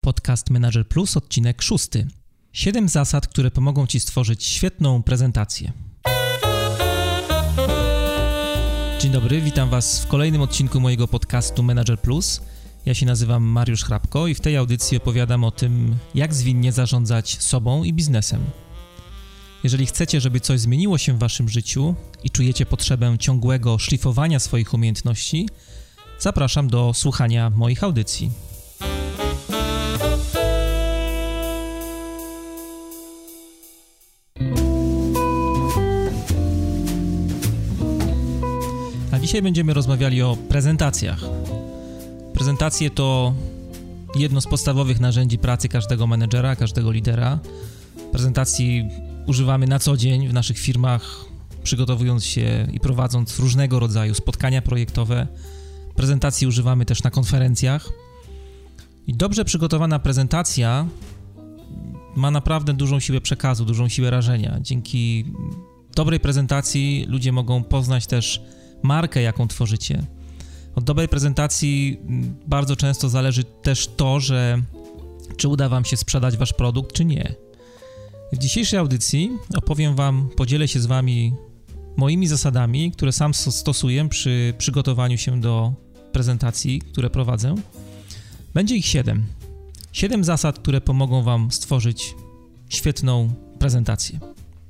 Podcast Manager Plus, odcinek 6. 7 zasad, które pomogą Ci stworzyć świetną prezentację. Dzień dobry, witam Was w kolejnym odcinku mojego podcastu Manager Plus. Ja się nazywam Mariusz Hrabko i w tej audycji opowiadam o tym, jak zwinnie zarządzać sobą i biznesem. Jeżeli chcecie, żeby coś zmieniło się w Waszym życiu i czujecie potrzebę ciągłego szlifowania swoich umiejętności, zapraszam do słuchania moich audycji. A dzisiaj będziemy rozmawiali o prezentacjach. Prezentacje to jedno z podstawowych narzędzi pracy każdego menedżera, każdego lidera. Prezentacji używamy na co dzień w naszych firmach, przygotowując się i prowadząc różnego rodzaju spotkania projektowe. Prezentacji używamy też na konferencjach. I dobrze przygotowana prezentacja ma naprawdę dużą siłę przekazu, dużą siłę rażenia. Dzięki dobrej prezentacji ludzie mogą poznać też markę, jaką tworzycie. Od dobrej prezentacji bardzo często zależy też to, czy uda Wam się sprzedać Wasz produkt, czy nie. W dzisiejszej audycji podzielę się z Wami moimi zasadami, które sam stosuję przy przygotowaniu się do prezentacji, które prowadzę. Będzie ich 7. 7 zasad, które pomogą Wam stworzyć świetną prezentację.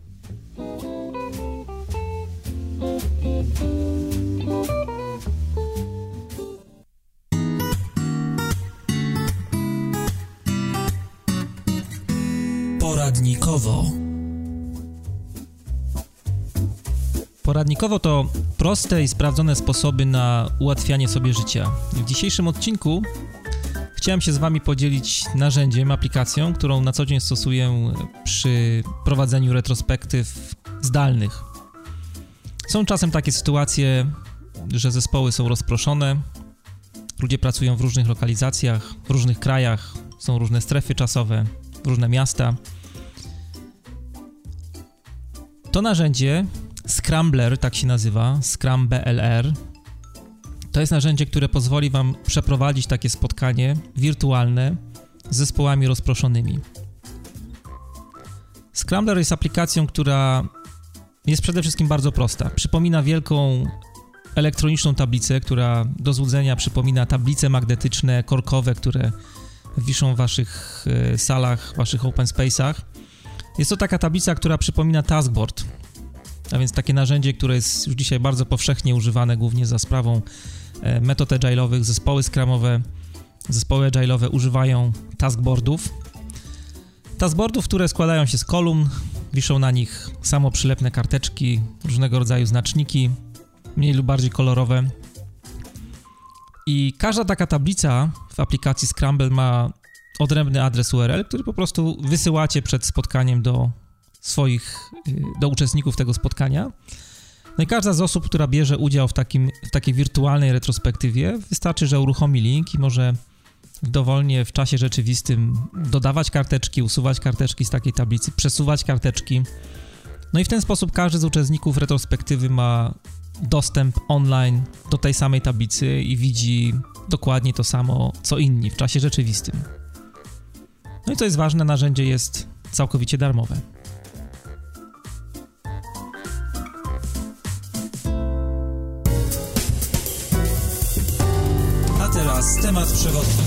Poradnikowo to proste i sprawdzone sposoby na ułatwianie sobie życia. W dzisiejszym odcinku chciałem się z Wami podzielić narzędziem, aplikacją, którą na co dzień stosuję przy prowadzeniu retrospektyw zdalnych. Są czasem takie sytuacje, że zespoły są rozproszone, ludzie pracują w różnych lokalizacjach, w różnych krajach, są różne strefy czasowe, różne miasta. To narzędzie Scrambler, tak się nazywa, Scrambler, to jest narzędzie, które pozwoli Wam przeprowadzić takie spotkanie wirtualne z zespołami rozproszonymi. Scrambler jest aplikacją, która jest przede wszystkim bardzo prosta. Przypomina wielką elektroniczną tablicę, która do złudzenia przypomina tablice magnetyczne, korkowe, które wiszą w Waszych salach, Waszych open space'ach. Jest to taka tablica, która przypomina taskboard, a więc takie narzędzie, które jest już dzisiaj bardzo powszechnie używane, głównie za sprawą metod agile'owych. Zespoły agile'owe używają taskboardów, które składają się z kolumn, wiszą na nich samoprzylepne karteczki, różnego rodzaju znaczniki, mniej lub bardziej kolorowe. I każda taka tablica w aplikacji Scramble ma odrębny adres URL, który po prostu wysyłacie przed spotkaniem do uczestników tego spotkania. No i każda z osób, która bierze udział w takiej wirtualnej retrospektywie, wystarczy, że uruchomi link i może dowolnie w czasie rzeczywistym dodawać karteczki, usuwać karteczki z takiej tablicy, przesuwać karteczki. No i w ten sposób każdy z uczestników retrospektywy ma dostęp online do tej samej tablicy i widzi dokładnie to samo, co inni w czasie rzeczywistym. No i co jest ważne, narzędzie jest całkowicie darmowe. A teraz temat przewodni.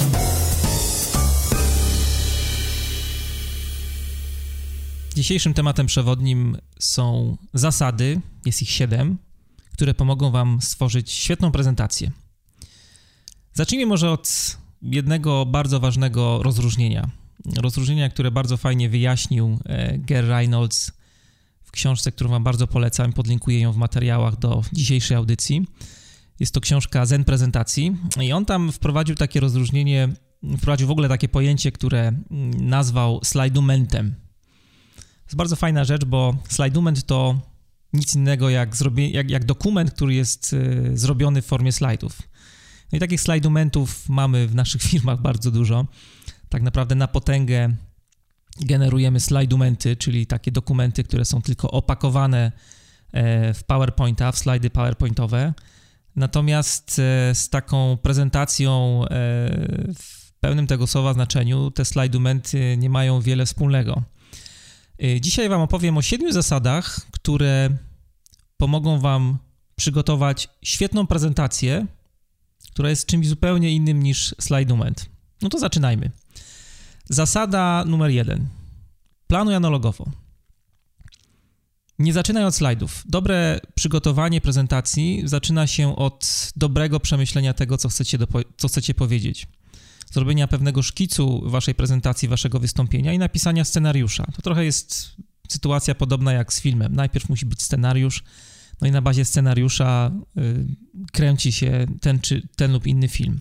Dzisiejszym tematem przewodnim są zasady, jest ich 7, które pomogą Wam stworzyć świetną prezentację. Zacznijmy może od jednego bardzo ważnego rozróżnienia, które bardzo fajnie wyjaśnił Gary Reynolds w książce, którą Wam bardzo polecam, podlinkuję ją w materiałach do dzisiejszej audycji. Jest to książka Zen Prezentacji i on tam wprowadził takie rozróżnienie, wprowadził w ogóle takie pojęcie, które nazwał slajdumentem. To jest bardzo fajna rzecz, bo slajdument to nic innego jak dokument, który jest zrobiony w formie slajdów. No i takich slajdumentów mamy w naszych firmach bardzo dużo. Tak naprawdę na potęgę generujemy slajdumenty, czyli takie dokumenty, które są tylko opakowane w PowerPointa, w slajdy PowerPointowe. Natomiast z taką prezentacją pełnym tego słowa znaczeniu te slajdumenty nie mają wiele wspólnego. Dzisiaj Wam opowiem o 7 zasadach, które pomogą Wam przygotować świetną prezentację, która jest czymś zupełnie innym niż slajdument. No to zaczynajmy. Zasada numer 1. Planuj analogowo. Nie zaczynaj od slajdów. Dobre przygotowanie prezentacji zaczyna się od dobrego przemyślenia tego, co chcecie powiedzieć. Zrobienia pewnego szkicu waszej prezentacji, waszego wystąpienia i napisania scenariusza. To trochę jest sytuacja podobna jak z filmem. Najpierw musi być scenariusz, no i na bazie scenariusza kręci się ten lub inny film.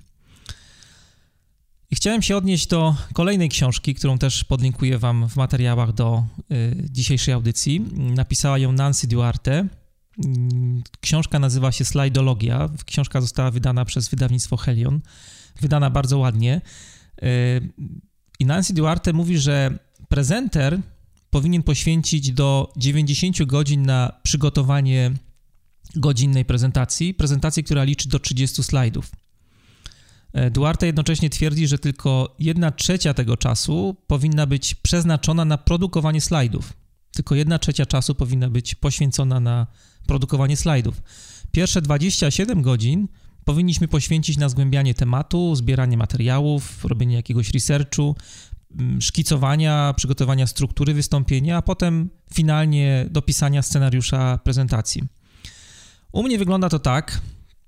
I chciałem się odnieść do kolejnej książki, którą też podlinkuję wam w materiałach do dzisiejszej audycji. Napisała ją Nancy Duarte. Książka nazywa się Slajdologia. Książka została wydana przez wydawnictwo Helion. Wydana bardzo ładnie. I Nancy Duarte mówi, że prezenter powinien poświęcić do 90 godzin na przygotowanie godzinnej prezentacji, która liczy do 30 slajdów. Duarte jednocześnie twierdzi, że tylko 1/3 tego czasu powinna być przeznaczona na produkowanie slajdów. Tylko 1/3 czasu powinna być poświęcona na produkowanie slajdów. Pierwsze 27 godzin powinniśmy poświęcić na zgłębianie tematu, zbieranie materiałów, robienie jakiegoś researchu, szkicowania, przygotowania struktury wystąpienia, a potem finalnie dopisania scenariusza prezentacji. U mnie wygląda to tak,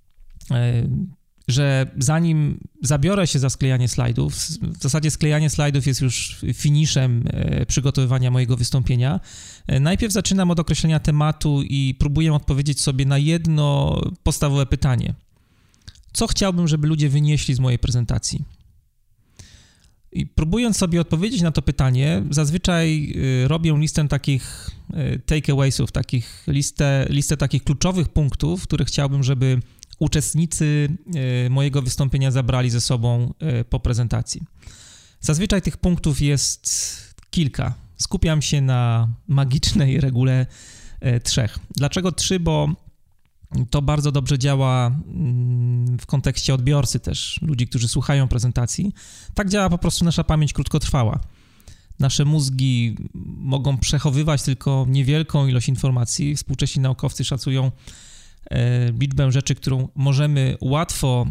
że zanim zabiorę się za sklejanie slajdów, w zasadzie sklejanie slajdów jest już finiszem przygotowywania mojego wystąpienia, najpierw zaczynam od określenia tematu i próbuję odpowiedzieć sobie na jedno podstawowe pytanie. Co chciałbym, żeby ludzie wynieśli z mojej prezentacji? I próbując sobie odpowiedzieć na to pytanie, zazwyczaj robię listę takich takeawaysów, listę takich kluczowych punktów, które chciałbym, żeby uczestnicy mojego wystąpienia zabrali ze sobą po prezentacji. Zazwyczaj tych punktów jest kilka. Skupiam się na magicznej regule 3. Dlaczego 3? Bo to bardzo dobrze działa w kontekście odbiorcy też, ludzi, którzy słuchają prezentacji. Tak działa po prostu nasza pamięć krótkotrwała. Nasze mózgi mogą przechowywać tylko niewielką ilość informacji. Współcześni naukowcy szacują liczbę rzeczy, którą możemy łatwo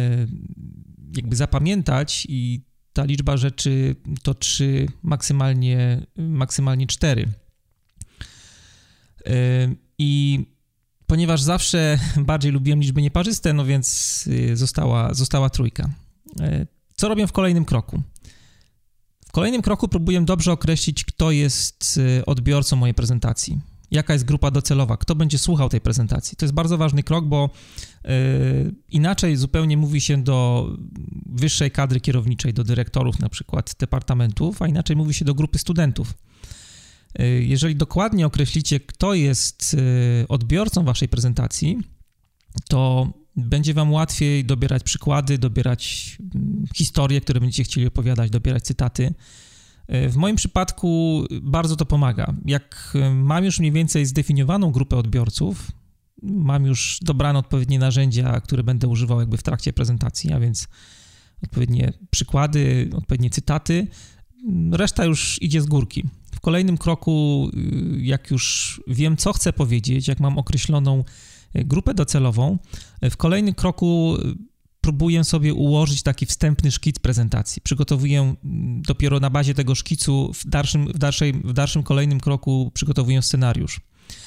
zapamiętać i ta liczba rzeczy to 3, maksymalnie 4. I ponieważ zawsze bardziej lubiłem liczby nieparzyste, no więc została 3. Co robię w kolejnym kroku? W kolejnym kroku próbuję dobrze określić, kto jest odbiorcą mojej prezentacji. Jaka jest grupa docelowa, kto będzie słuchał tej prezentacji. To jest bardzo ważny krok, bo inaczej zupełnie mówi się do wyższej kadry kierowniczej, do dyrektorów na przykład departamentów, a inaczej mówi się do grupy studentów. Jeżeli dokładnie określicie, kto jest odbiorcą waszej prezentacji, to będzie wam łatwiej dobierać przykłady, dobierać historie, które będziecie chcieli opowiadać, dobierać cytaty. W moim przypadku bardzo to pomaga. Jak mam już mniej więcej zdefiniowaną grupę odbiorców, mam już dobrane odpowiednie narzędzia, które będę używał w trakcie prezentacji, a więc odpowiednie przykłady, odpowiednie cytaty, reszta już idzie z górki. W kolejnym kroku, jak już wiem, co chcę powiedzieć, jak mam określoną grupę docelową, w kolejnym kroku próbuję sobie ułożyć taki wstępny szkic prezentacji. Przygotowuję dopiero na bazie tego szkicu, w dalszym kolejnym kroku przygotowuję scenariusz.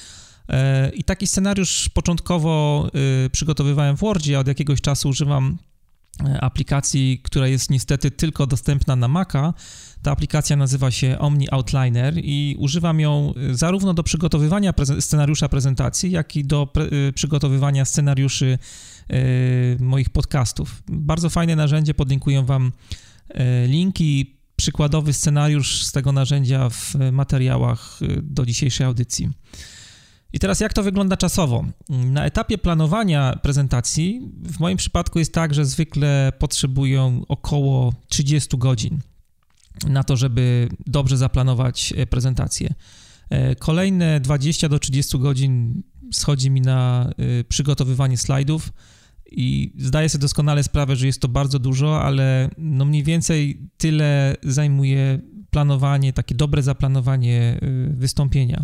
I taki scenariusz początkowo przygotowywałem w Wordzie, a od jakiegoś czasu używam aplikacji, która jest niestety tylko dostępna na Maca. Ta aplikacja nazywa się Omni Outliner i używam ją zarówno do przygotowywania scenariusza prezentacji, jak i do przygotowywania scenariuszy moich podcastów. Bardzo fajne narzędzie, podlinkuję wam linki, przykładowy scenariusz z tego narzędzia w materiałach do dzisiejszej audycji. I teraz jak to wygląda czasowo? Na etapie planowania prezentacji w moim przypadku jest tak, że zwykle potrzebuję około 30 godzin na to, żeby dobrze zaplanować prezentację. Kolejne 20 do 30 godzin schodzi mi na przygotowywanie slajdów i zdaję sobie doskonale sprawę, że jest to bardzo dużo, ale no mniej więcej tyle zajmuje planowanie, takie dobre zaplanowanie wystąpienia.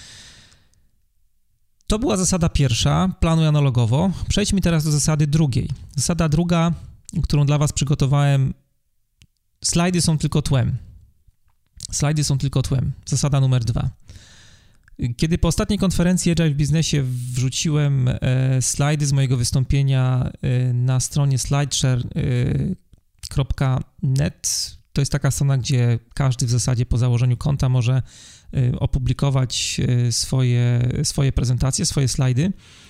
To była zasada pierwsza, planuj analogowo. Przejdźmy teraz do zasady drugiej. Zasada druga, którą dla Was przygotowałem, slajdy są tylko tłem. Slajdy są tylko tłem. Zasada numer 2. Kiedy po ostatniej konferencji Agile w biznesie wrzuciłem slajdy z mojego wystąpienia na stronie slideshare.net, to jest taka strona, gdzie każdy w zasadzie po założeniu konta może opublikować swoje prezentacje, swoje slajdy.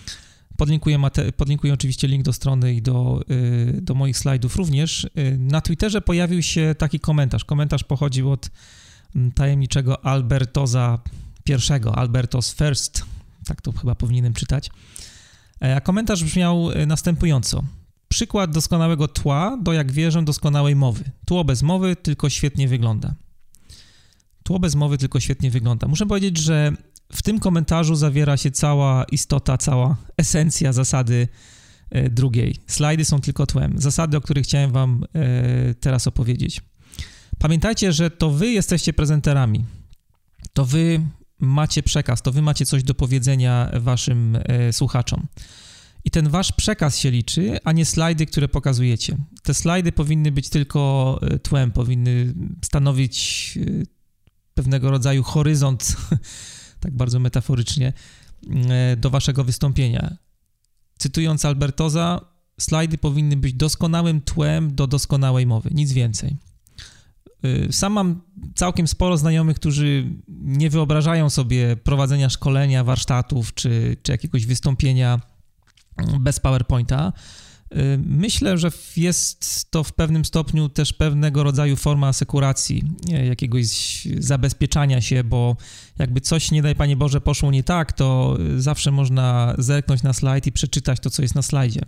Podlinkuję oczywiście link do strony i do moich slajdów również. Na Twitterze pojawił się taki komentarz. Komentarz pochodził od tajemniczego Albertosa I, Albertos First, tak to chyba powinienem czytać. A komentarz brzmiał następująco. Przykład doskonałego tła do, jak wierzę, doskonałej mowy. Tło bez mowy, tylko świetnie wygląda. Tło bez mowy, tylko świetnie wygląda. Muszę powiedzieć, że w tym komentarzu zawiera się cała istota, cała esencja zasady drugiej. Slajdy są tylko tłem. Zasady, o których chciałem Wam teraz opowiedzieć. Pamiętajcie, że to Wy jesteście prezenterami. To Wy macie przekaz, to Wy macie coś do powiedzenia Waszym słuchaczom. I ten Wasz przekaz się liczy, a nie slajdy, które pokazujecie. Te slajdy powinny być tylko tłem, powinny stanowić pewnego rodzaju horyzont, tak bardzo metaforycznie, do Waszego wystąpienia. Cytując Albertosa, slajdy powinny być doskonałym tłem do doskonałej mowy, nic więcej. Sam mam całkiem sporo znajomych, którzy nie wyobrażają sobie prowadzenia szkolenia, warsztatów czy jakiegoś wystąpienia bez PowerPointa. Myślę, że jest to w pewnym stopniu też pewnego rodzaju forma asekuracji, jakiegoś zabezpieczania się, bo jakby coś, nie daj Panie Boże, poszło nie tak, to zawsze można zerknąć na slajd i przeczytać to, co jest na slajdzie.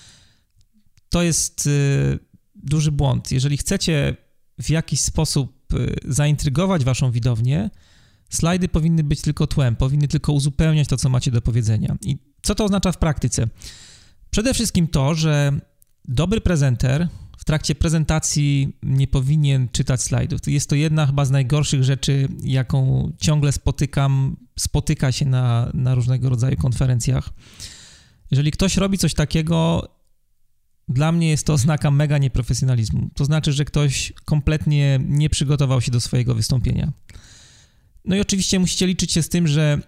To jest duży błąd. Jeżeli chcecie w jakiś sposób zaintrygować Waszą widownię, slajdy powinny być tylko tłem, powinny tylko uzupełniać to, co macie do powiedzenia. I co to oznacza w praktyce? Przede wszystkim to, że dobry prezenter w trakcie prezentacji nie powinien czytać slajdów. Jest to jedna chyba z najgorszych rzeczy, jaką ciągle spotyka się na różnego rodzaju konferencjach. Jeżeli ktoś robi coś takiego, dla mnie jest to oznaka mega nieprofesjonalizmu. To znaczy, że ktoś kompletnie nie przygotował się do swojego wystąpienia. No i oczywiście musicie liczyć się z tym, że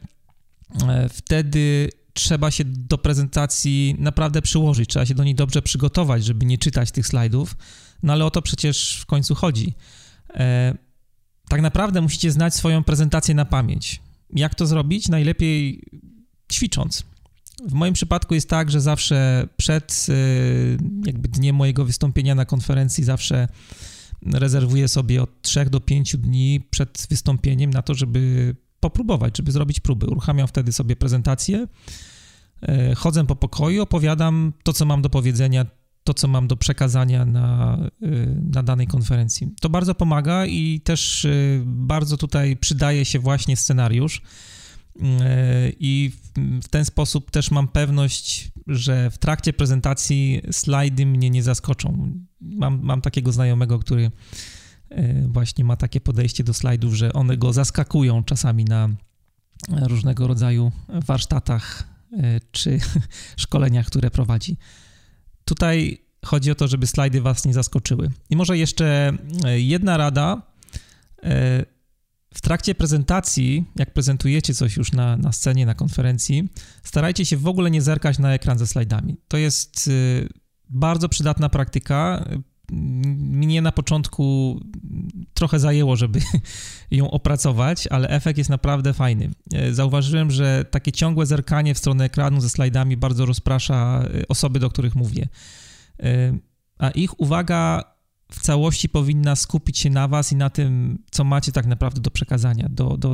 wtedy trzeba się do prezentacji naprawdę przyłożyć, trzeba się do niej dobrze przygotować, żeby nie czytać tych slajdów, no ale o to przecież w końcu chodzi. Tak naprawdę musicie znać swoją prezentację na pamięć. Jak to zrobić? Najlepiej ćwicząc. W moim przypadku jest tak, że zawsze przed jakby dniem mojego wystąpienia na konferencji zawsze rezerwuję sobie od 3 do 5 dni przed wystąpieniem na to, żeby popróbować, żeby zrobić próby. Uruchamiam wtedy sobie prezentację, chodzę po pokoju, opowiadam to, co mam do powiedzenia, to, co mam do przekazania na danej konferencji. To bardzo pomaga i też bardzo tutaj przydaje się właśnie scenariusz i w ten sposób też mam pewność, że w trakcie prezentacji slajdy mnie nie zaskoczą. Mam takiego znajomego, który właśnie ma takie podejście do slajdów, że one go zaskakują czasami na różnego rodzaju warsztatach czy szkoleniach, które prowadzi. Tutaj chodzi o to, żeby slajdy was nie zaskoczyły. I może jeszcze jedna rada. W trakcie prezentacji, jak prezentujecie coś już na scenie, na konferencji, starajcie się w ogóle nie zerkać na ekran ze slajdami. To jest bardzo przydatna praktyka. Mnie na początku trochę zajęło, żeby ją opracować, ale efekt jest naprawdę fajny. Zauważyłem, że takie ciągłe zerkanie w stronę ekranu ze slajdami bardzo rozprasza osoby, do których mówię. A ich uwaga w całości powinna skupić się na was i na tym, co macie tak naprawdę do przekazania,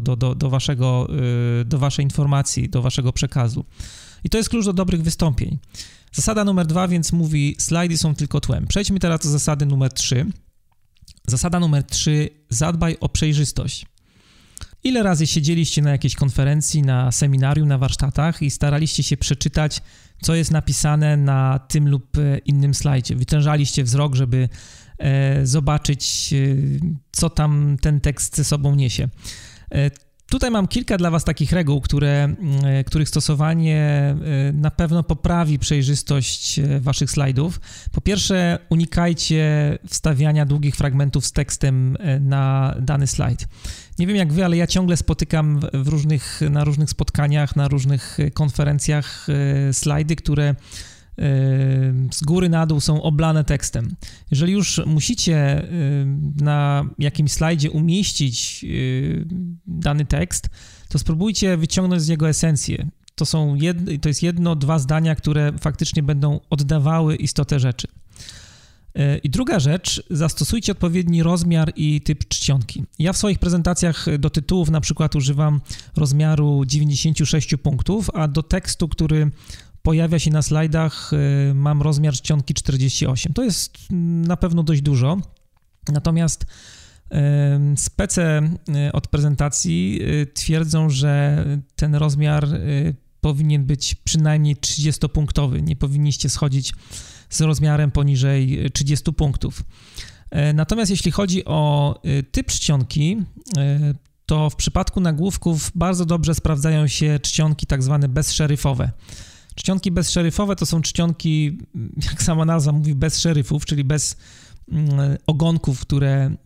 do waszej informacji, do waszego przekazu. I to jest klucz do dobrych wystąpień. Zasada numer 2 więc mówi, slajdy są tylko tłem. Przejdźmy teraz do zasady numer 3. Zasada numer 3, zadbaj o przejrzystość. Ile razy siedzieliście na jakiejś konferencji, na seminarium, na warsztatach i staraliście się przeczytać, co jest napisane na tym lub innym slajdzie? Wytężaliście wzrok, żeby zobaczyć, co tam ten tekst ze sobą niesie. Tutaj mam kilka dla Was takich reguł, których stosowanie na pewno poprawi przejrzystość Waszych slajdów. Po pierwsze, unikajcie wstawiania długich fragmentów z tekstem na dany slajd. Nie wiem jak Wy, ale ja ciągle spotykam na różnych spotkaniach, na różnych konferencjach slajdy, które z góry na dół są oblane tekstem. Jeżeli już musicie na jakimś slajdzie umieścić dany tekst, to spróbujcie wyciągnąć z niego esencję. To jest jedno, dwa zdania, które faktycznie będą oddawały istotę rzeczy. I druga rzecz, zastosujcie odpowiedni rozmiar i typ czcionki. Ja w swoich prezentacjach do tytułów na przykład używam rozmiaru 96 punktów, a do tekstu, który pojawia się na slajdach, mam rozmiar czcionki 48. To jest na pewno dość dużo, natomiast spece od prezentacji twierdzą, że ten rozmiar powinien być przynajmniej 30-punktowy. Nie powinniście schodzić z rozmiarem poniżej 30 punktów. Natomiast jeśli chodzi o typ czcionki, to w przypadku nagłówków bardzo dobrze sprawdzają się czcionki tak zwane bezszeryfowe. Czcionki bezszeryfowe to są czcionki, jak sama nazwa mówi, bez szeryfów, czyli bez ogonków, które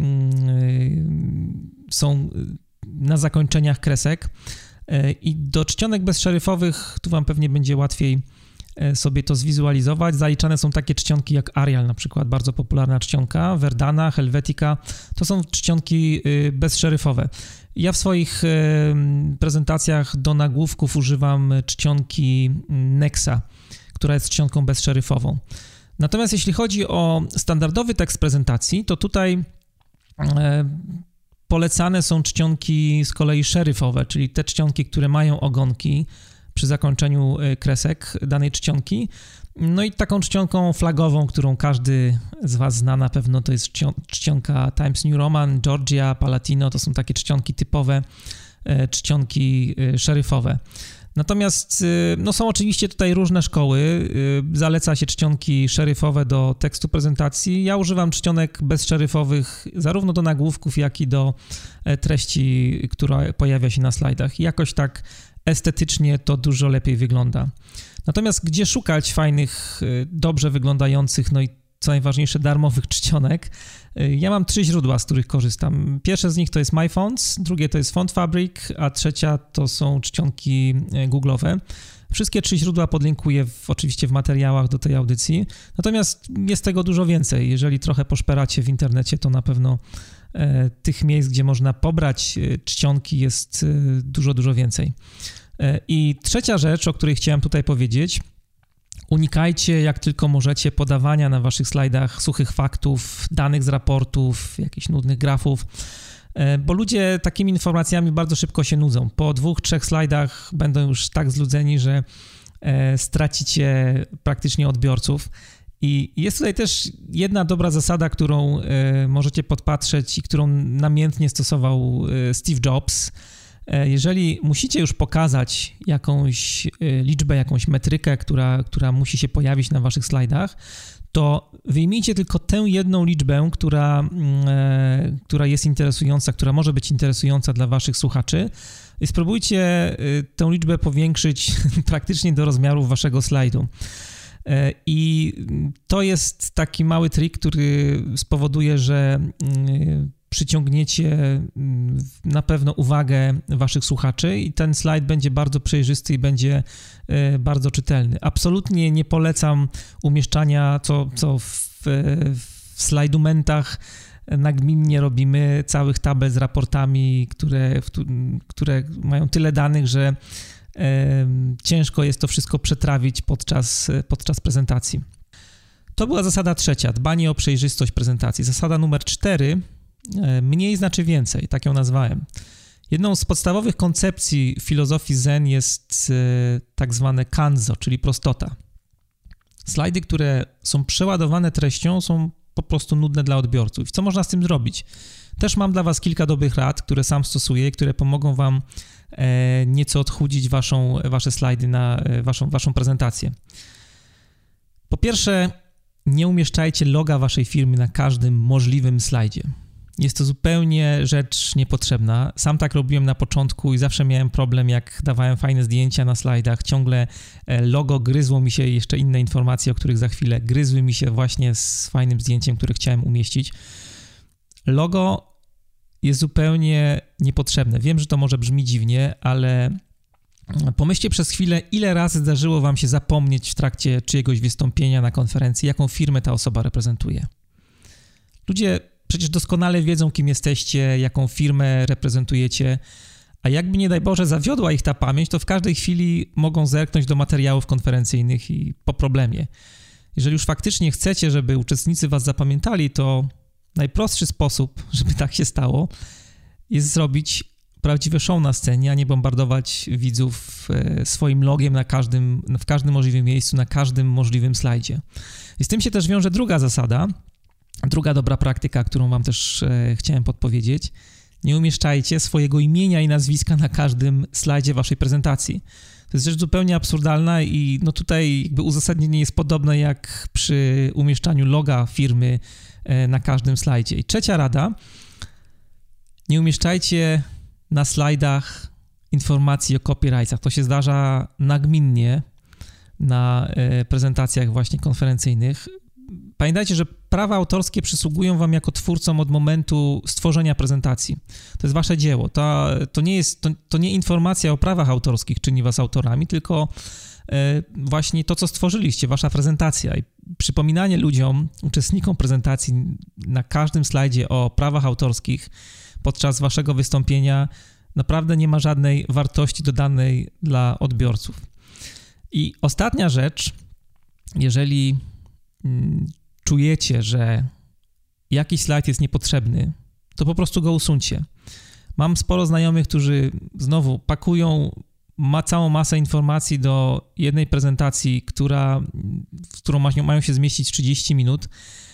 są na zakończeniach kresek. I do czcionek bezszeryfowych, tu Wam pewnie będzie łatwiej sobie to zwizualizować. Zaliczane są takie czcionki jak Arial, na przykład, bardzo popularna czcionka, Verdana, Helvetica, to są czcionki bezszeryfowe. Ja w swoich prezentacjach do nagłówków używam czcionki Nexa, która jest czcionką bezszeryfową. Natomiast jeśli chodzi o standardowy tekst prezentacji, to tutaj polecane są czcionki z kolei szeryfowe, czyli te czcionki, które mają ogonki przy zakończeniu kresek danej czcionki. No i taką czcionką flagową, którą każdy z Was zna na pewno, to jest czcionka Times New Roman, Georgia, Palatino, to są takie czcionki typowe, czcionki szeryfowe. Natomiast no są oczywiście tutaj różne szkoły, zaleca się czcionki szeryfowe do tekstu prezentacji. Ja używam czcionek bezszeryfowych zarówno do nagłówków, jak i do treści, która pojawia się na slajdach. Jakoś tak estetycznie to dużo lepiej wygląda. Natomiast gdzie szukać fajnych, dobrze wyglądających, no i co najważniejsze, darmowych czcionek? Ja mam 3 źródła, z których korzystam. Pierwsze z nich to jest MyFonts, drugie to jest Font Fabric, a trzecia to są czcionki Google'owe. Wszystkie 3 źródła podlinkuję oczywiście w materiałach do tej audycji. Natomiast jest tego dużo więcej. Jeżeli trochę poszperacie w internecie, to na pewno tych miejsc, gdzie można pobrać czcionki, jest dużo, dużo więcej. I trzecia rzecz, o której chciałem tutaj powiedzieć, unikajcie jak tylko możecie podawania na waszych slajdach suchych faktów, danych z raportów, jakichś nudnych grafów, bo ludzie takimi informacjami bardzo szybko się nudzą. Po 2-3 slajdach będą już tak znudzeni, że stracicie praktycznie odbiorców. I jest tutaj też jedna dobra zasada, którą możecie podpatrzeć i którą namiętnie stosował Steve Jobs. Jeżeli musicie już pokazać jakąś liczbę, jakąś metrykę, która musi się pojawić na waszych slajdach, to wyjmijcie tylko tę jedną liczbę, która jest interesująca, która może być interesująca dla waszych słuchaczy i spróbujcie tę liczbę powiększyć praktycznie do rozmiarów waszego slajdu. I to jest taki mały trik, który spowoduje, że przyciągniecie na pewno uwagę waszych słuchaczy i ten slajd będzie bardzo przejrzysty i będzie bardzo czytelny. Absolutnie nie polecam umieszczania, co w slajdumentach nagminnie robimy, całych tabel z raportami, które mają tyle danych, że ciężko jest to wszystko przetrawić podczas prezentacji. To była zasada trzecia, dbanie o przejrzystość prezentacji. Zasada numer 4, mniej znaczy więcej, tak ją nazwałem. Jedną z podstawowych koncepcji filozofii Zen jest tak zwane kanzo, czyli prostota. Slajdy, które są przeładowane treścią, są po prostu nudne dla odbiorców. Co można z tym zrobić? Też mam dla Was kilka dobrych rad, które sam stosuję, które pomogą Wam nieco odchudzić wasze slajdy na waszą prezentację. Po pierwsze, nie umieszczajcie loga waszej firmy na każdym możliwym slajdzie. Jest to zupełnie rzecz niepotrzebna. Sam tak robiłem na początku i zawsze miałem problem, jak dawałem fajne zdjęcia na slajdach. Ciągle logo gryzło mi się, jeszcze inne informacje, o których za chwilę, gryzły mi się właśnie z fajnym zdjęciem, które chciałem umieścić. Logo jest zupełnie niepotrzebne. Wiem, że to może brzmi dziwnie, ale pomyślcie przez chwilę, ile razy zdarzyło wam się zapomnieć w trakcie czyjegoś wystąpienia na konferencji, jaką firmę ta osoba reprezentuje. Ludzie przecież doskonale wiedzą, kim jesteście, jaką firmę reprezentujecie, a jakby nie daj Boże zawiodła ich ta pamięć, to w każdej chwili mogą zerknąć do materiałów konferencyjnych i po problemie. Jeżeli już faktycznie chcecie, żeby uczestnicy was zapamiętali, to najprostszy sposób, żeby tak się stało, jest zrobić prawdziwe show na scenie, a nie bombardować widzów swoim logiem w każdym możliwym miejscu, na każdym możliwym slajdzie. I z tym się też wiąże druga zasada, druga dobra praktyka, którą wam też chciałem podpowiedzieć. Nie umieszczajcie swojego imienia i nazwiska na każdym slajdzie waszej prezentacji. To jest rzecz zupełnie absurdalna i no tutaj jakby uzasadnienie jest podobne jak przy umieszczaniu loga firmy na każdym slajdzie. I trzecia rada, nie umieszczajcie na slajdach informacji o copyrightach. To się zdarza nagminnie na prezentacjach właśnie konferencyjnych. Pamiętajcie, że prawa autorskie przysługują wam jako twórcom od momentu stworzenia prezentacji. To jest wasze dzieło. To nie informacja o prawach autorskich czyni was autorami, tylko właśnie to, co stworzyliście, wasza prezentacja. I przypominanie ludziom, uczestnikom prezentacji na każdym slajdzie o prawach autorskich podczas waszego wystąpienia naprawdę nie ma żadnej wartości dodanej dla odbiorców. I ostatnia rzecz, jeżeli czujecie, że jakiś slajd jest niepotrzebny, to po prostu go usuńcie. Mam sporo znajomych, którzy znowu pakują całą masę informacji do jednej prezentacji, w którą mają się zmieścić 30 minut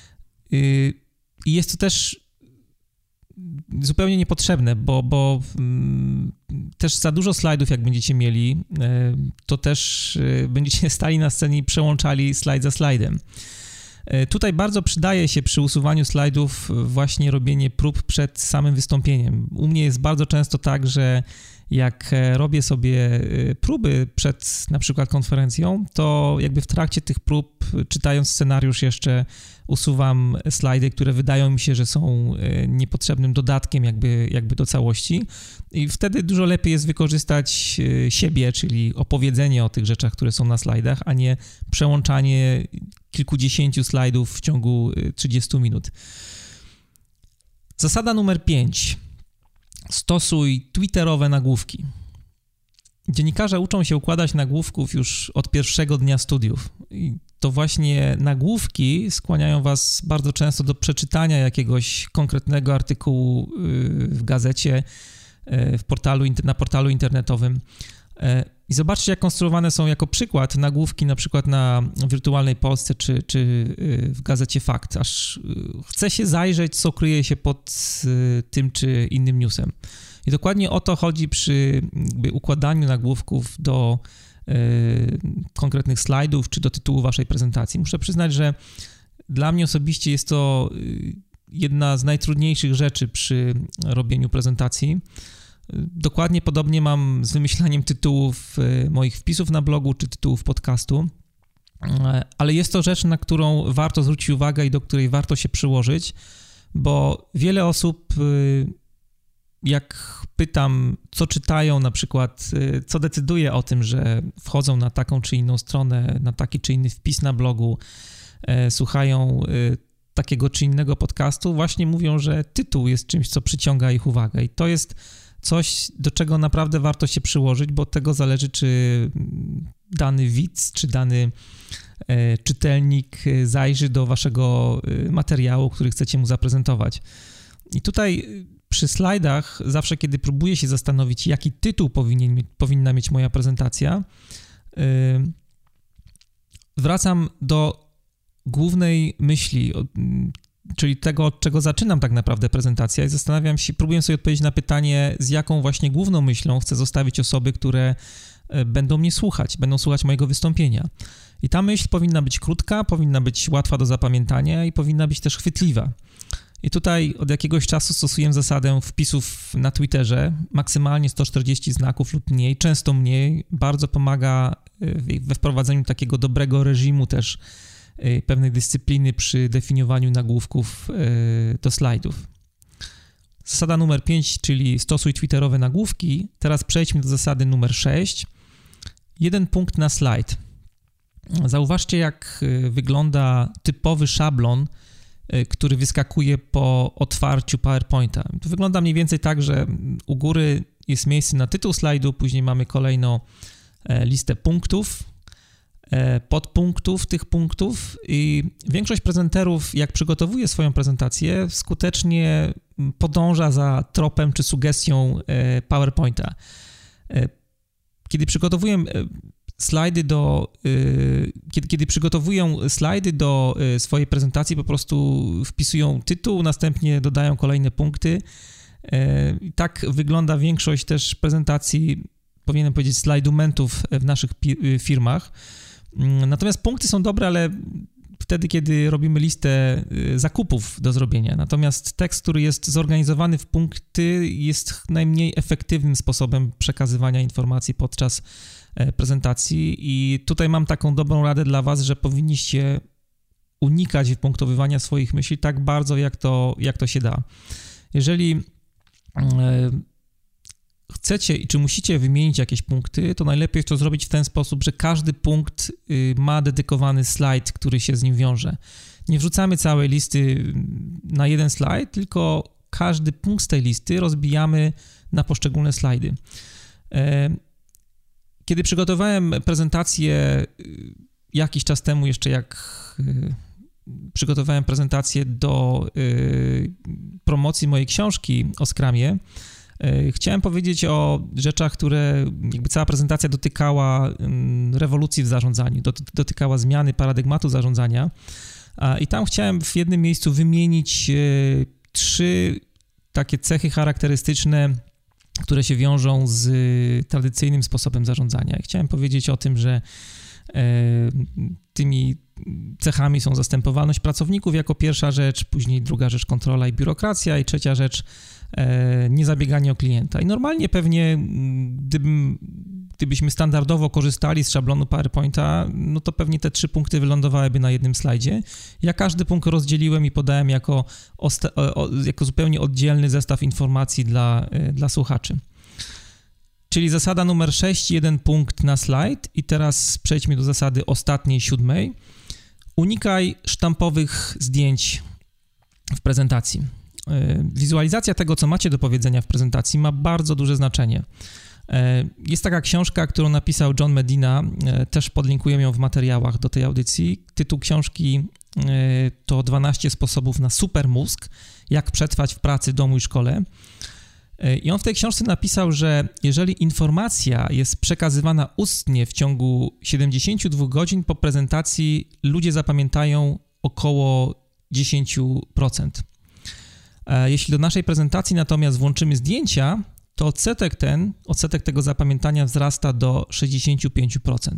i jest to też zupełnie niepotrzebne, bo też za dużo slajdów, jak będziecie mieli, to też będziecie stali na scenie i przełączali slajd za slajdem. Tutaj bardzo przydaje się przy usuwaniu slajdów właśnie robienie prób przed samym wystąpieniem. U mnie jest bardzo często tak, że jak robię sobie próby przed na przykład konferencją, to jakby w trakcie tych prób, czytając scenariusz jeszcze usuwam slajdy, które wydają mi się, że są niepotrzebnym dodatkiem jakby do całości i wtedy dużo lepiej jest wykorzystać siebie, czyli opowiedzenie o tych rzeczach, które są na slajdach, a nie przełączanie kilkudziesięciu slajdów w ciągu 30 minut. Zasada numer 5. Stosuj twitterowe nagłówki. Dziennikarze uczą się układać nagłówków już od pierwszego dnia studiów. I to właśnie nagłówki skłaniają was bardzo często do przeczytania jakiegoś konkretnego artykułu w gazecie, na portalu internetowym. I zobaczcie, jak konstruowane są jako przykład nagłówki na przykład na Wirtualnej Polsce czy w gazecie Fakt, aż chce się zajrzeć, co kryje się pod tym czy innym newsem. I dokładnie o to chodzi przy układaniu nagłówków do konkretnych slajdów czy do tytułu waszej prezentacji. Muszę przyznać, że dla mnie osobiście jest to jedna z najtrudniejszych rzeczy przy robieniu prezentacji. Dokładnie podobnie mam z wymyślaniem tytułów moich wpisów na blogu czy tytułów podcastu, ale jest to rzecz, na którą warto zwrócić uwagę i do której warto się przyłożyć, bo wiele osób, jak pytam, co czytają, na przykład, co decyduje o tym, że wchodzą na taką czy inną stronę, na taki czy inny wpis na blogu, słuchają takiego czy innego podcastu, właśnie mówią, że tytuł jest czymś, co przyciąga ich uwagę i to jest coś, do czego naprawdę warto się przyłożyć, bo od tego zależy, czy dany widz, czy dany czytelnik zajrzy do waszego materiału, który chcecie mu zaprezentować. I tutaj przy slajdach, zawsze kiedy próbuję się zastanowić, jaki tytuł powinna mieć moja prezentacja, wracam do głównej myśli, czyli tego, od czego zaczynam tak naprawdę prezentację i zastanawiam się, próbuję sobie odpowiedzieć na pytanie, z jaką właśnie główną myślą chcę zostawić osoby, które będą mnie słuchać, będą słuchać mojego wystąpienia. I ta myśl powinna być krótka, powinna być łatwa do zapamiętania i powinna być też chwytliwa. I tutaj od jakiegoś czasu stosuję zasadę wpisów na Twitterze, maksymalnie 140 znaków lub mniej, często mniej, bardzo pomaga we wprowadzeniu takiego dobrego reżimu też pewnej dyscypliny przy definiowaniu nagłówków do slajdów. Zasada numer 5, czyli stosuj twitterowe nagłówki. Teraz przejdźmy do zasady numer 6. 1 punkt na slajd. Zauważcie, jak wygląda typowy szablon, który wyskakuje po otwarciu PowerPointa. To wygląda mniej więcej tak, że u góry jest miejsce na tytuł slajdu, później mamy kolejną listę punktów, podpunktów tych punktów i większość prezenterów, jak przygotowuje swoją prezentację, skutecznie podąża za tropem czy sugestią PowerPointa. Kiedy przygotowuję slajdy do swojej prezentacji, po prostu wpisują tytuł, następnie dodają kolejne punkty. Tak wygląda większość też prezentacji, powinienem powiedzieć, slajdumentów w naszych firmach. Natomiast punkty są dobre, ale wtedy, kiedy robimy listę zakupów do zrobienia. Natomiast tekst, który jest zorganizowany w punkty, jest najmniej efektywnym sposobem przekazywania informacji podczas prezentacji i tutaj mam taką dobrą radę dla Was, że powinniście unikać wypunktowywania swoich myśli tak bardzo, jak to się da. Jeżeli chcecie czy musicie wymienić jakieś punkty, to najlepiej jest to zrobić w ten sposób, że każdy punkt ma dedykowany slajd, który się z nim wiąże. Nie wrzucamy całej listy na jeden slajd, tylko każdy punkt z tej listy rozbijamy na poszczególne slajdy. Kiedy przygotowałem prezentację jakiś czas temu, jeszcze jak przygotowałem prezentację do promocji mojej książki o Scrumie, chciałem powiedzieć o rzeczach, które jakby cała prezentacja dotykała rewolucji w zarządzaniu, dotykała zmiany paradygmatu zarządzania i tam chciałem w jednym miejscu wymienić 3 takie cechy charakterystyczne, które się wiążą z tradycyjnym sposobem zarządzania. I chciałem powiedzieć o tym, że tymi cechami są zastępowalność pracowników jako pierwsza rzecz, później druga rzecz kontrola i biurokracja i trzecia rzecz niezabieganie o klienta. I normalnie pewnie gdybyśmy standardowo korzystali z szablonu PowerPointa, no to pewnie te 3 punkty wylądowałyby na jednym slajdzie. Ja każdy punkt rozdzieliłem i podałem jako zupełnie oddzielny zestaw informacji dla słuchaczy. Czyli zasada numer 6, 1 punkt na slajd i teraz przejdźmy do zasady ostatniej, 7. Unikaj sztampowych zdjęć w prezentacji. Wizualizacja tego, co macie do powiedzenia w prezentacji, ma bardzo duże znaczenie. Jest taka książka, którą napisał John Medina, też podlinkuję ją w materiałach do tej audycji. Tytuł książki to 12 sposobów na super mózg, jak przetrwać w pracy, domu i szkole. I on w tej książce napisał, że jeżeli informacja jest przekazywana ustnie w ciągu 72 godzin po prezentacji, ludzie zapamiętają około 10%. Jeśli do naszej prezentacji natomiast włączymy zdjęcia, to odsetek tego zapamiętania wzrasta do 65%.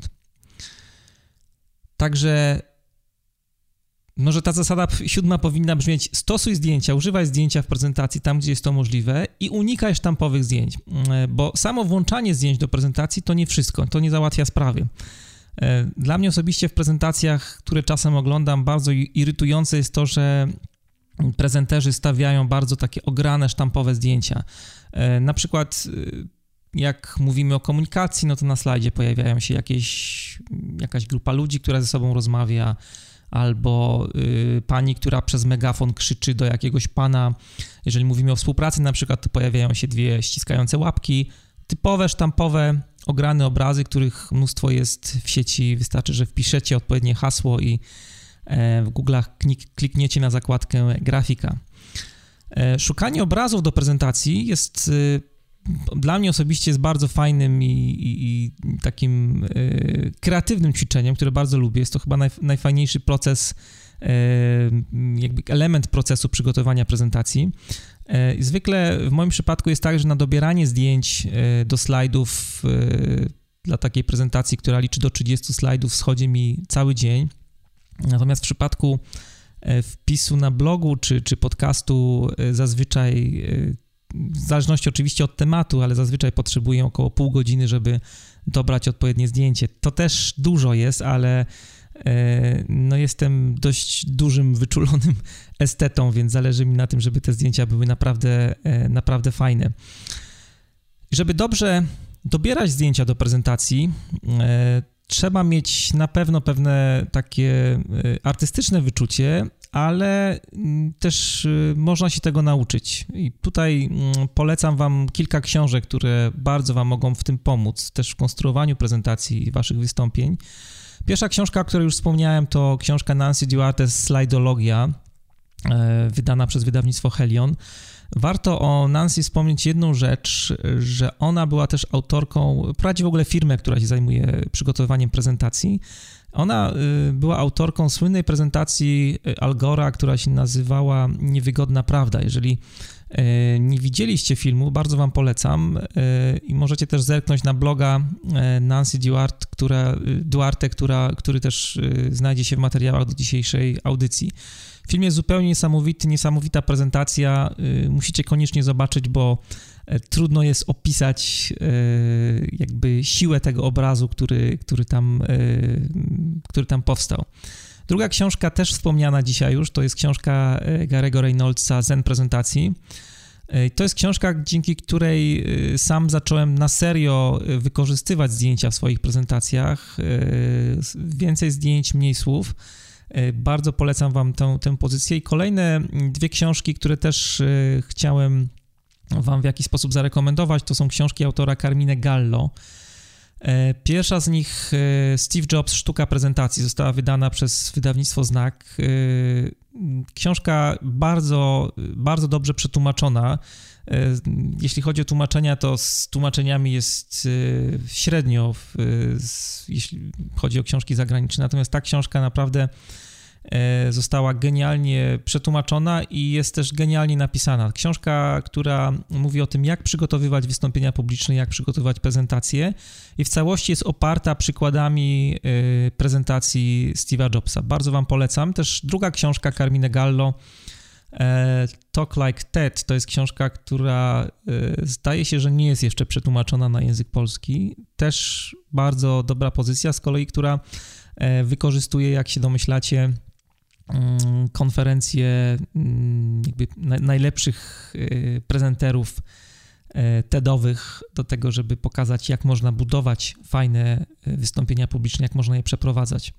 Także może ta zasada 7 powinna brzmieć: stosuj zdjęcia, używaj zdjęcia w prezentacji tam, gdzie jest to możliwe i unikaj sztampowych zdjęć, bo samo włączanie zdjęć do prezentacji to nie wszystko, to nie załatwia sprawy. Dla mnie osobiście w prezentacjach, które czasem oglądam, bardzo irytujące jest to, że prezenterzy stawiają bardzo takie ograne, sztampowe zdjęcia. Na przykład jak mówimy o komunikacji, no to na slajdzie pojawiają się jakaś grupa ludzi, która ze sobą rozmawia, albo pani, która przez megafon krzyczy do jakiegoś pana. Jeżeli mówimy o współpracy na przykład, to pojawiają się 2 ściskające łapki. Typowe, sztampowe, ograne obrazy, których mnóstwo jest w sieci. Wystarczy, że wpiszecie odpowiednie hasło i w Google'ach klikniecie na zakładkę grafika. Szukanie obrazów do prezentacji jest dla mnie osobiście jest bardzo fajnym i takim kreatywnym ćwiczeniem, które bardzo lubię. Jest to chyba najfajniejszy proces jakby element procesu przygotowania prezentacji. Zwykle w moim przypadku jest tak, że na dobieranie zdjęć do slajdów dla takiej prezentacji, która liczy do 30 slajdów, schodzi mi cały dzień. Natomiast w przypadku wpisu na blogu czy podcastu zazwyczaj, w zależności oczywiście od tematu, ale zazwyczaj potrzebuję około pół godziny, żeby dobrać odpowiednie zdjęcie. To też dużo jest, ale no jestem dość dużym, wyczulonym estetą, więc zależy mi na tym, żeby te zdjęcia były naprawdę fajne. Żeby dobrze dobierać zdjęcia do prezentacji, trzeba mieć na pewno pewne takie artystyczne wyczucie, ale też można się tego nauczyć. I tutaj polecam Wam kilka książek, które bardzo Wam mogą w tym pomóc, też w konstruowaniu prezentacji Waszych wystąpień. Pierwsza książka, o której już wspomniałem, to książka Nancy Duarte Slajdologia, wydana przez wydawnictwo Helion. Warto o Nancy wspomnieć jedną rzecz, że ona była też autorką, prowadzi w ogóle firmę, która się zajmuje przygotowywaniem prezentacji. Ona była autorką słynnej prezentacji Al Gore'a, która się nazywała Niewygodna Prawda. Jeżeli nie widzieliście filmu, bardzo Wam polecam i możecie też zerknąć na bloga Nancy Duarte, który też znajdzie się w materiałach do dzisiejszej audycji. Film jest zupełnie niesamowity, niesamowita prezentacja. Musicie koniecznie zobaczyć, bo trudno jest opisać jakby siłę tego obrazu, który tam powstał. Druga książka, też wspomniana dzisiaj już, to jest książka Gary'ego Reynoldsa Zen Prezentacji. To jest książka, dzięki której sam zacząłem na serio wykorzystywać zdjęcia w swoich prezentacjach. Więcej zdjęć, mniej słów. Bardzo polecam Wam tę pozycję. I kolejne dwie książki, które też chciałem Wam w jakiś sposób zarekomendować, to są książki autora Carmine Gallo. Pierwsza z nich, Steve Jobs, Sztuka prezentacji, została wydana przez wydawnictwo Znak. Książka bardzo, bardzo dobrze przetłumaczona. Jeśli chodzi o tłumaczenia, to z tłumaczeniami jest średnio, jeśli chodzi o książki zagraniczne. Natomiast ta książka naprawdę została genialnie przetłumaczona i jest też genialnie napisana. Książka, która mówi o tym, jak przygotowywać wystąpienia publiczne, jak przygotowywać prezentacje i w całości jest oparta przykładami prezentacji Steve'a Jobsa. Bardzo Wam polecam. Też druga książka Carmine Gallo, Talk Like TED, to jest książka, która zdaje się, że nie jest jeszcze przetłumaczona na język polski. Też bardzo dobra pozycja, z kolei, która wykorzystuje, jak się domyślacie, konferencje jakby najlepszych prezenterów TED-owych do tego, żeby pokazać, jak można budować fajne wystąpienia publiczne, jak można je przeprowadzać.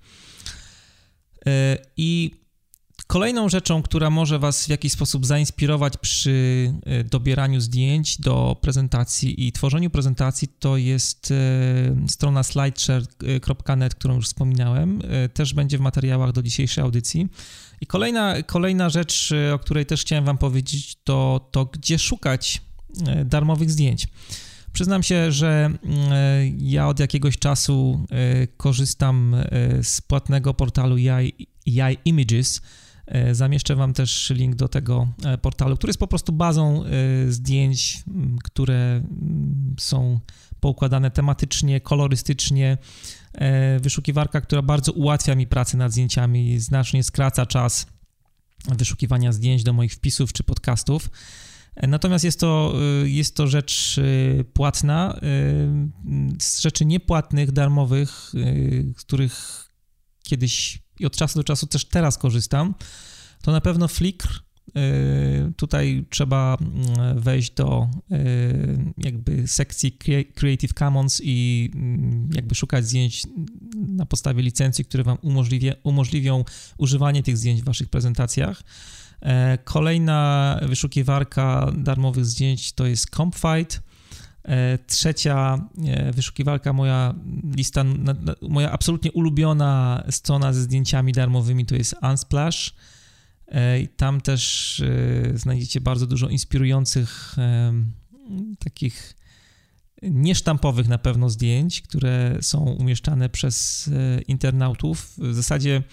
I kolejną rzeczą, która może Was w jakiś sposób zainspirować przy dobieraniu zdjęć do prezentacji i tworzeniu prezentacji, to jest strona slideshare.net, którą już wspominałem. Też będzie w materiałach do dzisiejszej audycji. I kolejna rzecz, o której też chciałem Wam powiedzieć, to gdzie szukać darmowych zdjęć. Przyznam się, że ja od jakiegoś czasu korzystam z płatnego portalu AI Images. Zamieszczę Wam też link do tego portalu, który jest po prostu bazą zdjęć, które są poukładane tematycznie, kolorystycznie. Wyszukiwarka, która bardzo ułatwia mi pracę nad zdjęciami, znacznie skraca czas wyszukiwania zdjęć do moich wpisów czy podcastów. Natomiast jest to rzecz płatna. Z rzeczy niepłatnych, darmowych, z których kiedyś i od czasu do czasu też teraz korzystam, to na pewno Flickr. Tutaj trzeba wejść do jakby sekcji Creative Commons i jakby szukać zdjęć na podstawie licencji, które Wam umożliwią używanie tych zdjęć w Waszych prezentacjach. Kolejna wyszukiwarka darmowych zdjęć to jest Compfight. Trzecia wyszukiwarka, moja absolutnie ulubiona strona ze zdjęciami darmowymi to jest Unsplash. I tam też znajdziecie bardzo dużo inspirujących, takich niesztampowych na pewno zdjęć, które są umieszczane przez internautów. W zasadzie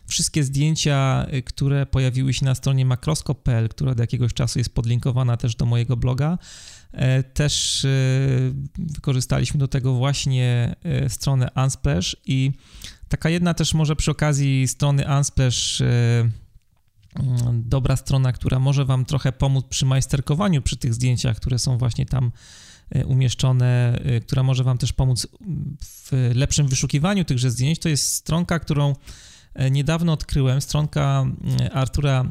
Wszystkie zdjęcia, które pojawiły się na stronie makroskop.pl, która od jakiegoś czasu jest podlinkowana też do mojego bloga, też wykorzystaliśmy do tego właśnie stronę Unsplash i taka jedna też może przy okazji strony Unsplash dobra strona, która może Wam trochę pomóc przy majsterkowaniu przy tych zdjęciach, które są właśnie tam umieszczone, która może Wam też pomóc w lepszym wyszukiwaniu tychże zdjęć. To jest stronka, którą niedawno odkryłem, stronka Artura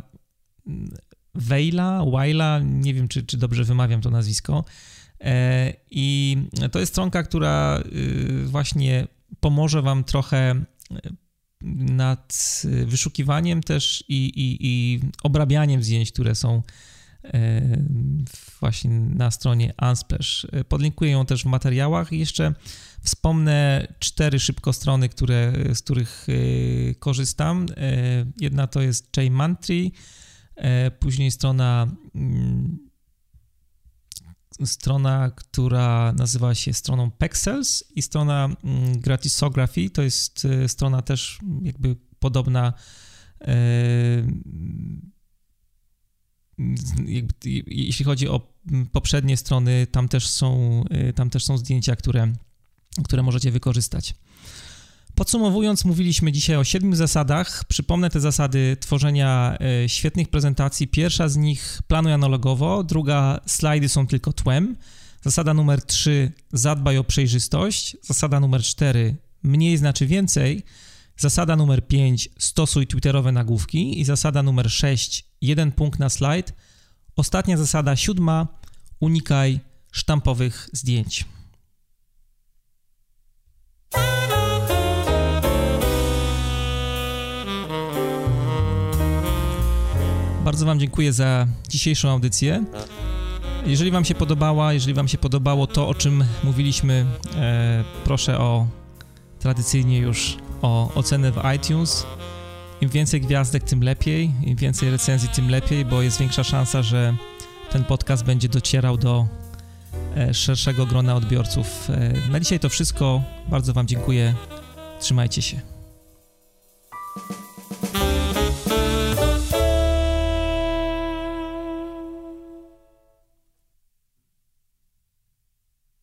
Weila, nie wiem, czy dobrze wymawiam to nazwisko. I to jest stronka, która właśnie pomoże Wam trochę nad wyszukiwaniem też i obrabianiem zdjęć, które są właśnie na stronie Unsplash. Podlinkuję ją też w materiałach i jeszcze wspomnę 4 szybkostrony, z których korzystam. Jedna to jest JMantry, później strona, która nazywa się stroną Pexels i strona Gratisography, to jest strona też jakby podobna, jeśli chodzi o poprzednie strony, tam też są zdjęcia, które możecie wykorzystać. Podsumowując, mówiliśmy dzisiaj o 7 zasadach. Przypomnę te zasady tworzenia świetnych prezentacji. Pierwsza z nich: planuj analogowo, druga: slajdy są tylko tłem. Zasada numer 3: zadbaj o przejrzystość. Zasada numer 4: mniej znaczy więcej. Zasada numer 5: stosuj twitterowe nagłówki. I zasada numer 6: 1 punkt na slajd. Ostatnia zasada, 7: unikaj sztampowych zdjęć. Bardzo Wam dziękuję za dzisiejszą audycję. Jeżeli Wam się podobało to, o czym mówiliśmy, proszę tradycyjnie już o ocenę w iTunes. Im więcej gwiazdek, tym lepiej. Im więcej recenzji, tym lepiej, bo jest większa szansa, że ten podcast będzie docierał do szerszego grona odbiorców. Na dzisiaj to wszystko. Bardzo Wam dziękuję. Trzymajcie się.